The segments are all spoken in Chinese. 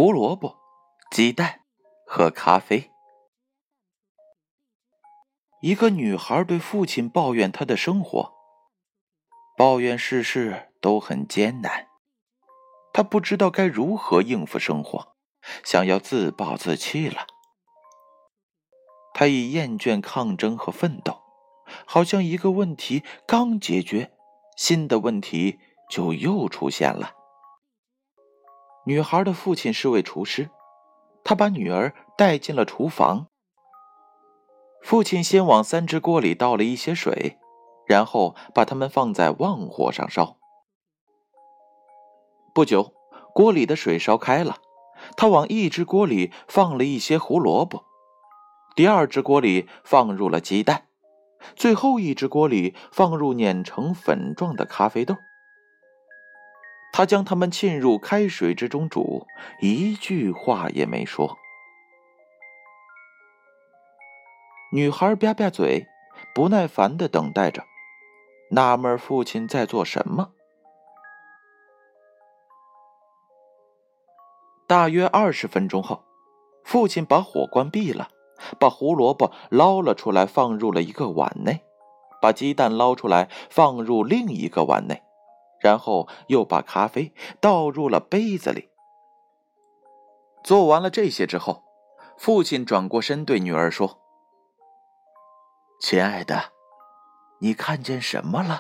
胡萝卜、鸡蛋和咖啡。一个女孩对父亲抱怨她的生活，抱怨事事都很艰难，她不知道该如何应付生活，想要自暴自弃了。她已厌倦抗争和奋斗，好像一个问题刚解决，新的问题就又出现了。女孩的父亲是位厨师，他把女儿带进了厨房。父亲先往3只锅里倒了一些水，然后把它们放在旺火上烧。不久，锅里的水烧开了，他往1只锅里放了一些胡萝卜，第2只锅里放入了鸡蛋，最后1只锅里放入碾成粉状的咖啡豆。他将它们浸入开水之中煮，一句话也没说。女孩吧吧嘴，不耐烦地等待着，纳闷父亲在做什么。大约20分钟后，父亲把火关闭了，把胡萝卜捞了出来放入了一个碗内，把鸡蛋捞出来放入另一个碗内，然后又把咖啡倒入了杯子里。做完了这些之后，父亲转过身对女儿说：“亲爱的，你看见什么了？”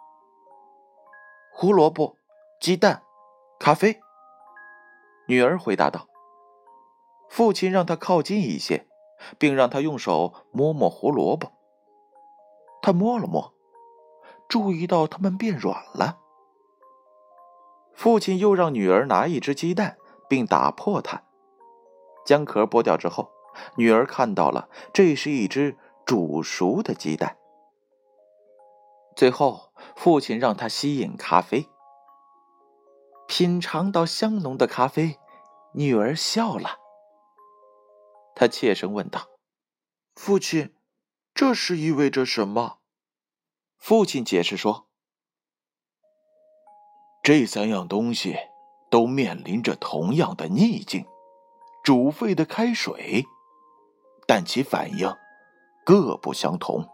胡萝卜、鸡蛋、咖啡。女儿回答道。父亲让她靠近一些，并让她用手摸摸胡萝卜。她摸了摸，注意到它们变软了。父亲又让女儿拿1只鸡蛋，并打破它。将壳剥掉之后，女儿看到了，这是1只煮熟的鸡蛋。最后，父亲让她吸饮咖啡。品尝到香浓的咖啡，女儿笑了。她怯声问道：“父亲，这是意味着什么？”父亲解释说：“这3样东西都面临着同样的逆境，煮沸的开水，但其反应各不相同。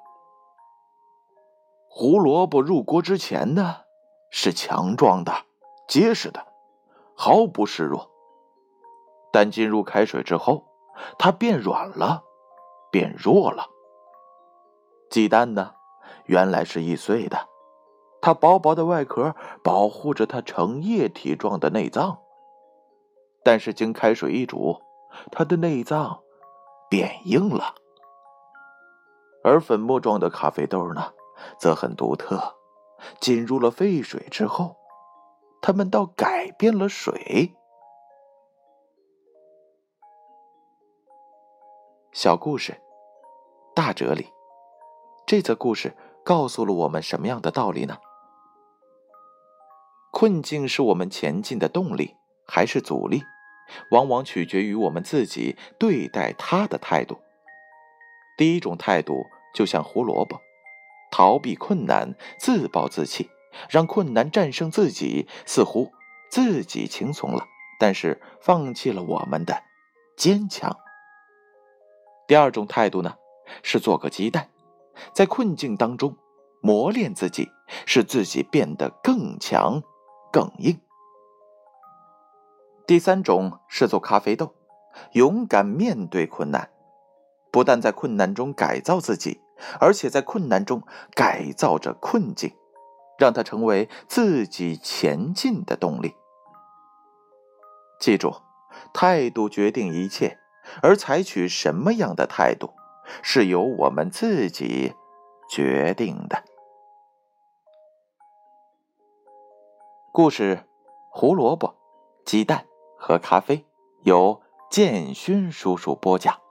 胡萝卜入锅之前呢，是强壮的、结实的，毫不示弱。但进入开水之后，它变软了，变弱了。鸡蛋呢，原来是易碎的，它薄薄的外壳保护着它呈液体状的内脏，但是经开水一煮，它的内脏变硬了。而粉末状的咖啡豆呢，则很独特，进入了沸水之后，它们倒改变了水。”小故事，大哲理。这则故事告诉了我们什么样的道理呢？困境是我们前进的动力还是阻力，往往取决于我们自己对待它的态度。第一种态度就像胡萝卜，逃避困难，自暴自弃，让困难战胜自己，似乎自己轻松了，但是放弃了我们的坚强。第二种态度呢，是做个鸡蛋，在困境当中磨练自己，使自己变得更强更硬。第三种是做咖啡豆，勇敢面对困难，不但在困难中改造自己，而且在困难中改造着困境，让它成为自己前进的动力。记住，态度决定一切，而采取什么样的态度，是由我们自己决定的。故事：胡萝卜、鸡蛋和咖啡，由建勋叔叔播讲。